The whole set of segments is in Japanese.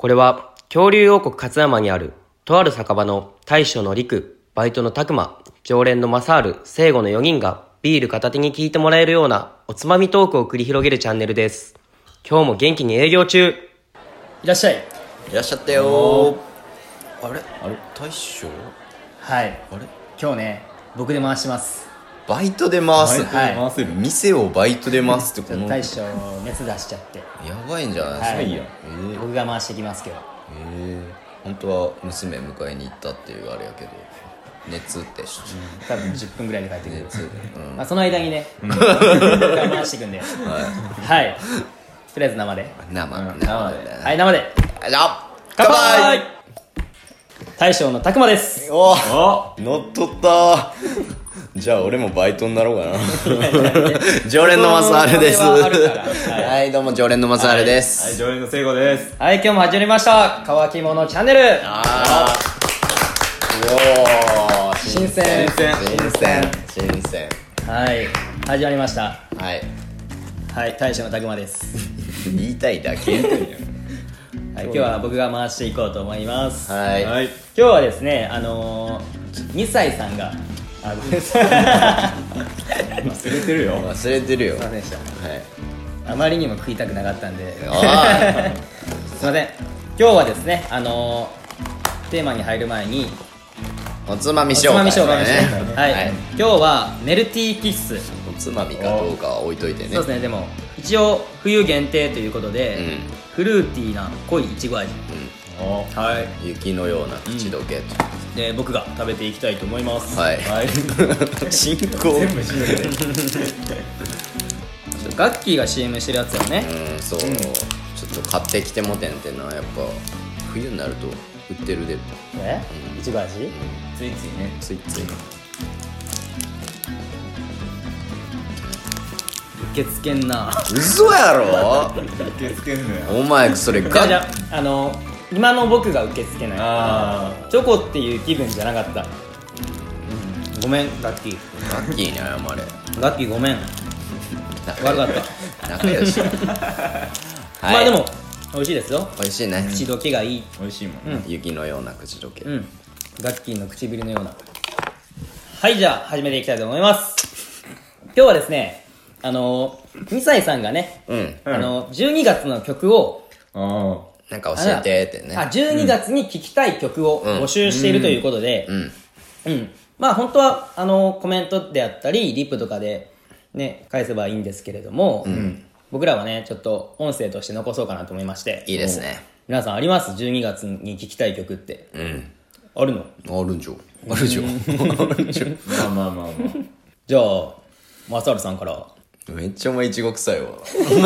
これは恐竜王国勝山にあるとある酒場の大将の陸、バイトの拓磨、常連のマサール、聖護の4人がビール片手に聞いてもらえるようなおつまみトークを繰り広げるチャンネルです。今日も元気に営業中。 いらっしゃい。 いらっしゃったよー。あれ大将はい。 あれ今日ね、僕で回します。 バイトで回す、 はい回せる店をバイトで回すってこの大将熱出しちゃって、 やばいんじゃないですか、 はいいや僕が回してきます今日。 本当は娘迎えに行ったっていうあれやけど熱って多分10分ぐらいで帰ってくる。 熱まあその間にね、僕が回していくんで。はい。とりあえず生で。 生ではい、生で。 あ乾杯。大将の拓磨です。 お乗っ取ったじゃあ俺もバイトになろうかな常連のマサールです。 それはあるからはい、どうも常連のマサールではい、 す。 常連の聖子です。 はい、今日も始まりました乾き物チャンネル。 おー新鮮。 新鮮はい、始まりました。 はいはい、大将の拓磨です。 言いたいだけはい、今日は僕が回していこうと思います。 はいはい。 今日はですね、2歳さんが、ごめんなさい。 忘れてるよ。 忘れてるよ。 すいませんでした。 はい。 あまりにも食いたくなかったんで、 あすいません。今日はですね、テーマに入る前に、 おつまみおつま紹介み紹介して、はい、 はい。 今日はメルティーキッス。 おつまみかどうかは置いといてね。 そうですね、でも一応冬限定ということで、 うんフルーティーな濃いいちご味はい。 雪のような口どけと。 で僕が食べていきたいと思います。 はい。 はい。 進行。 全部閉めて。 ガッキーが CM してるやつだよね。 うん、そう。ちょっと買ってきてもてんってな、やっぱ冬になると売ってるで。 いちご味。 ついついね。 ついつい。 受け付けんな。 嘘やろ。 受け付けんのよ。 お前それじゃガあ今の僕が受け付けない。 あチョコっていう気分じゃなかった。ごめんガッキー。 ガッキーに謝れ。 ガッキーごめん。悪かった。 仲良し。はいまあでも美味しいですよ。 美味しいね。 口どけがいい。 美味しいもん。 雪のような口どけ。 うん。ガッキーの唇のような。はい、じゃあ始めていきたいと思います。今日はですね、2歳さんがね、 うん。 12月の曲をあなんか教えてってね。 12月に聴きたい曲を募集しているということで、 うん。 まあ本当はコメントであったりリップとかでね返せばいいんですけれども、僕らはねちょっと音声として残そうかなと思いまして。 いいですね。 皆さんあります？ 12 月に聴きたい曲ってうん。 あるの？ あるんじゃ。あるじゃ。 あ。まあまあまあまあ。 じゃあマサールさんから。 めっちゃお前いちご臭いわ。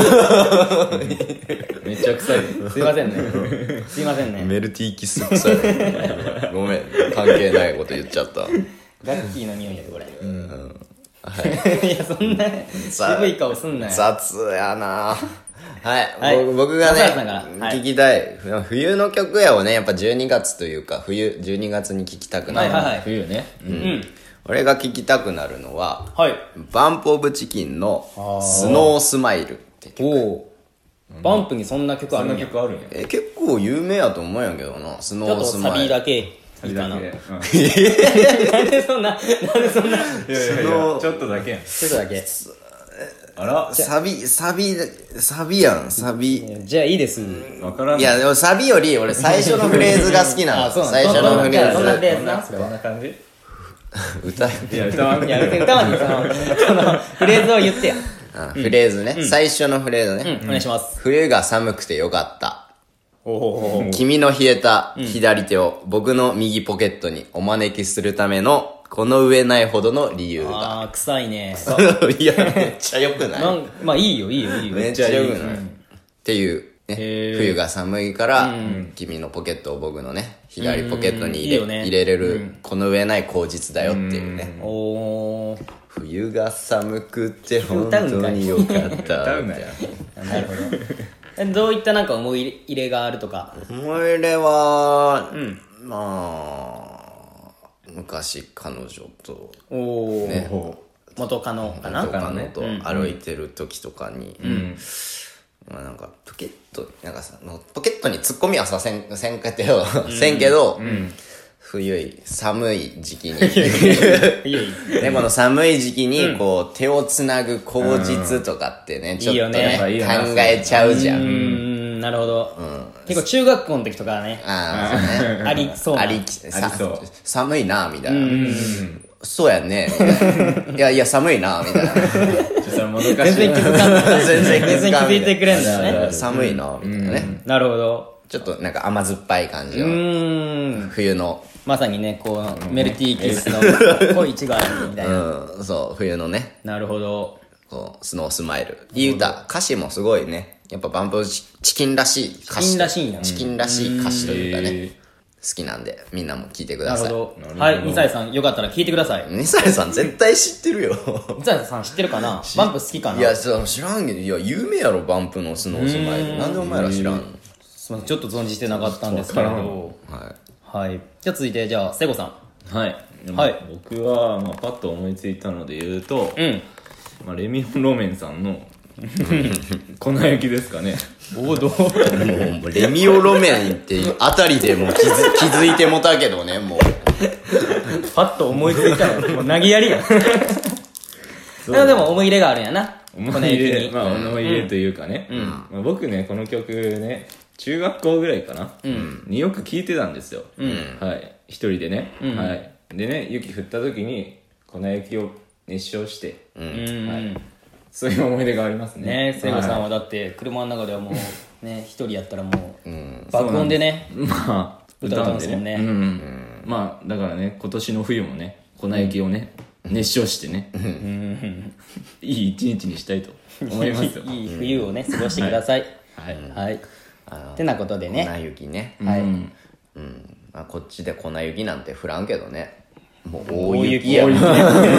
めっちゃ臭い。 すいませんね。すいませんね。 メルティーキス臭いわ。ごめん。関係ないこと言っちゃった。 ガッキーの匂いやでこれ。いやそんな渋い顔すんなよ。 雑やなはい、 はい僕がね笠原さんからはい聞きたい冬の曲やをねやっぱ12月というか12月に聴きたくなる、 はいはいはい。 冬ね。 俺が聴きたくなるのははい。 バンプオブチキンのスノースマイルって曲。 おお。バンプにそんな曲あそんるんや。 な曲あるんや。 結構有名やと思うんやけどな、スノちょっとースマイル。 サビだけいいかな。 だなんけで。 でそんな、なんでそんな、 いやいやいや、ちょっとだけやん。 ちょっとだけ。 あら、 サビやん、サビ。 じゃあいいです。 わからん。 いや、でもサビより俺最初のフレーズが好きなあ、 の。 そうなん最初のフレそんなフーレーズな、それどんは。 な感じ？ ズ。歌いや、歌わん。 いや、歌わにそのフレーズを言ってや。 フレーズね。最初のフレーズね。 お願いします。 冬が寒くてよかった。 おお。 君の冷えた左手を僕の右ポケットにお招きするためのこの上ないほどの理由が。 あー、臭いね。 いや、めっちゃ良くないまあいいよ、いいよ、いいよ。 めっちゃ良くないっていう、ね、 へー冬が寒いから、君のポケットを僕のね、左ポケットにいいよね入れれる、この上ない口実だよっていうね。 おー。 冬が寒くて本当によかった。 歌うなよ。 なるほど。どういったなんか思い入れがあるとか。 思い入れは、まあ、昔彼女と、 おお。 ね、 元カノかな。 元カノねと歩いてる時とかに、まあなんか、プケット、なんかさ、ポケットに突っ込みはさせんけど、冬、寒い時期に。で、この寒い時期に、こう、手をつなぐ口実とかってね、ちょっとね、 いいよ考えちゃうじゃん。 なるほど。結構中学校の時とかね、 ああ、そうね。 ありそうな。 ありそう寒いな、みたいな。そうやね、みたいな。いや、寒いな、みたいな。 それもどかしい。 全然気づかんない。 全然気づかん気づいてくれんだよね。 寒いな、みたいなね。 なるほど。 ちょっとなんか甘酸っぱい感じの、冬の、 まさにね、こう、メルティーキスの濃いイチゴ味みたいな。 そう、冬のね、 なるほど。 こう、スノースマイル。いい歌、歌詞もすごいね。やっぱバンプチキンらしい歌詞。 チキンらしいんやチキンらしい歌詞というかね、好きなんで、みんなも聞いてくなるほださい。 ど。はい、ミサイさん、よかったら聞いてください。 ミサイさん絶対知ってるよ。 ミサイさん知ってるかなバンプ好きかないや、そう知らんけど、いや、有名やろ、バンプのスノースマイル。なんでお前ら知らんの？ すみません、ちょっと存じてなかったんですけれど。はい。じゃあ続いて、じゃあ、セゴさん。 はい。 はい僕は、まあ、パッと思いついたので言うと、 うん。 まあ、レミオロメンさんの粉雪ですかね。 王道。 もう、レミオロメンっていうあたりでもう気づいてもたけどね、もう。 パッと思いついたの。もう投げやりや。でも思い入れがあるんやな。 思この雪に。 い入れ、まあ、思い入れというかね。まあ、僕ね、この曲ね、中学校ぐらいかな、によく聴いてたんですよ。はい。一人でね。はい。でね、雪降った時に、粉雪を熱唱して、はい。そういう思い出がありますね。 ねセゴさんはだって、車の中ではもう、ね、一人やったらもう、爆音でね、 まあ、 歌ってますもんね。 まあ、だからね、今年の冬もね、粉雪をね、熱唱してね、いい一日にしたいと思いますよ。 いい冬をね、過ごしてください。 はい。 はい。てなことでね。 粉雪ね。 はい。 まあ、こっちで粉雪なんて降らんけどね。もう大大雪や雪や。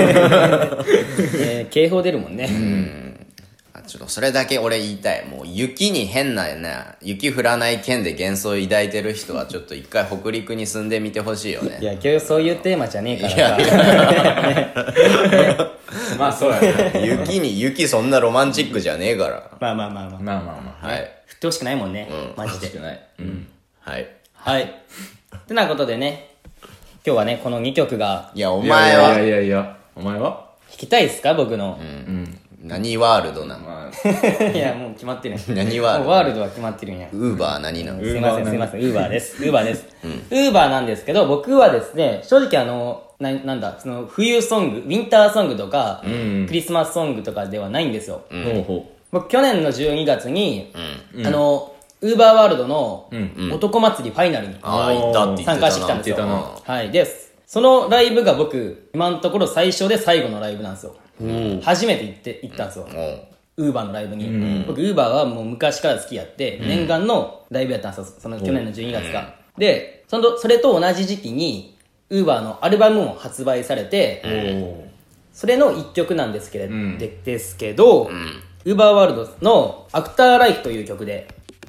警報出るもんね。 ちょっとそれだけ俺言いたい。もう雪に変なね、雪降らない県で幻想を抱いてる人はちょっと一回北陸に住んでみてほしいよね。 いや、今日そういうテーマじゃねえからさ。 まあ、そうやね。 雪そんなロマンチックじゃねえから。 まあまあまあまあ。 まあまあまあ。 はい。 振ってほしくないもんね。マジで。 欲しくない。 はい。 はい。ってなことでね、今日はね、この2曲がいや、おいや前はいやいや、お前は弾きたいですか僕の。 何ワールドなの？ まあ、 いや、もう決まってるやん。 何ワールド？ もうワールドは決まってるんや。 ウーバー何なの？ すいません、すいません。ウーバーです。ウーバーです。ウーバーなんですけど、僕はですね、正直なんだ、その冬ソング、ウィンターソングとか、クリスマスソングとかではないんですよ。 ほうほ僕、去年の12月に、ウーバーワールドの男祭りファイナルにああ、行ったって言ってたな。 参加してきたんですよ。 言ってはい。で、そのライブが僕、今のところ最初で最後のライブなんですよ。初めて行ったんですよ。ウーバーのライブに。僕、ウーバーはもう昔から好きやって、念願のライブやったんですよ。その去年の12月が。で、それと同じ時期に、ウーバーのアルバムも発売されて、それの一曲なんですけれど、ですけど、ウーバーワールドのアクターライフという曲で、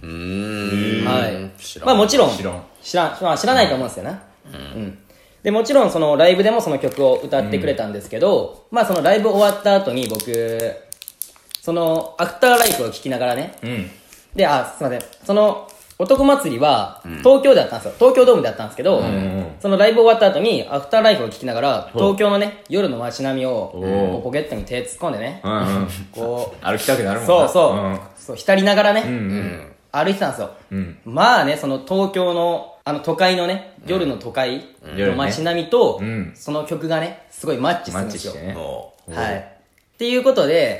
はい。 知らんまあもちろん、 知らんまあ知らないと思うんですよね。で、もちろんそのライブでもその曲を歌ってくれたんですけど、まあそのライブ終わった後に僕、そのアクターライフを聴きながらね、で、すいません。その男祭りは東京であったんですよ。東京ドームであったんですけど、そのライブ終わった後にアフターライフを聴きながら、東京のね、夜の街並みをこうポケットに手突っ込んでね、こう、 歩きたくなるもんそうな。 そう、浸りながらね、歩いてたんですよ。まあね、その東京の、都会のね、夜の都会の街並みと、その曲がね、すごいマッチするんですよ。 マッチしてね。 はい。っていうことで、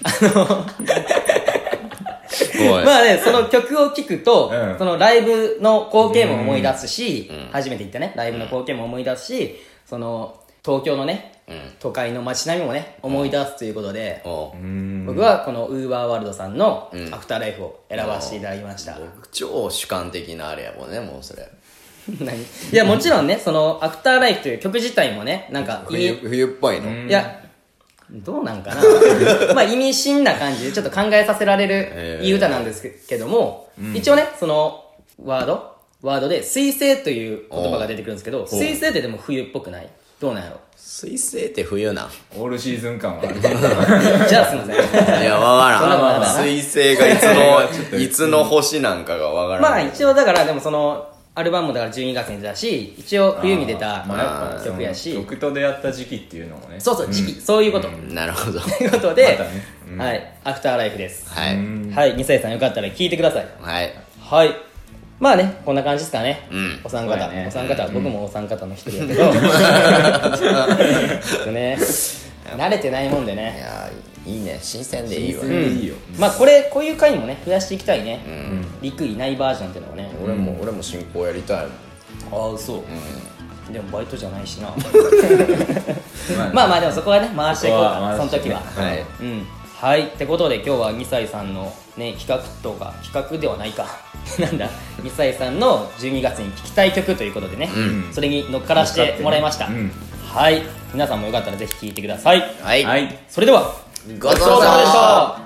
おい。 まあね、その曲を聴くと、 うんそのライブの光景も思い出すし、初めて行ったね、ライブの光景も思い出すし、その、東京のね、都会の街並みもね、思い出すということで、 お僕はこのウーバーワールドさんのアフターライフを選ばせていただきました。 超主観的なあれやもんね、もうそれ。 何いや、もちろんね、その、アフターライフという曲自体もね、なんか冬っぽいの。 いや、どうなんかなまあ意味深な感じでちょっと考えさせられるいい歌なんですけども、一応ね、そのワードで、水星という言葉が出てくるんですけど、水星ってでも冬っぽくないどうなんやろ。 水星って冬なん。 オールシーズン感はある。 じゃあすいません。 いや、わそんなことからん。 ないな水星がいつの星なんかがわからん。 まあ一応だからでもそのアルバムもだから12月に出たし、一応冬に出たまあやっぱ曲やし、 曲と出会った時期っていうのもね。 そうそう時期、そういうこと、 なるほど。 ということで、 またねうんはいアフターライフです。 はい。 はい2歳さんよかったら聞いてください。 はい。 はいまあねこんな感じですかね、 んお三方、 そうやねお三方は僕もお三方の一人やけど、ちょっとね慣れてないもんでいね、 やー、いいね。新鮮でいいわ。 新鮮でいいよ。 まあこういう回もね増やしていきたいね、陸いないバージョンっていうのをね、 俺も進行やりたいもん。 ああそう、でもバイトじゃないしなまあまあでもそこはね回していこうかな、その時は。 はい。 うんはいってことで今日は2歳さんのね企画ではないかなんだ2歳さんの12月に聴きたい曲ということでね、それに乗っからしてもらいました、 うんはい皆さんもよかったらぜひ聴いてください。 はい。 はい。 それではごちそうさまでした。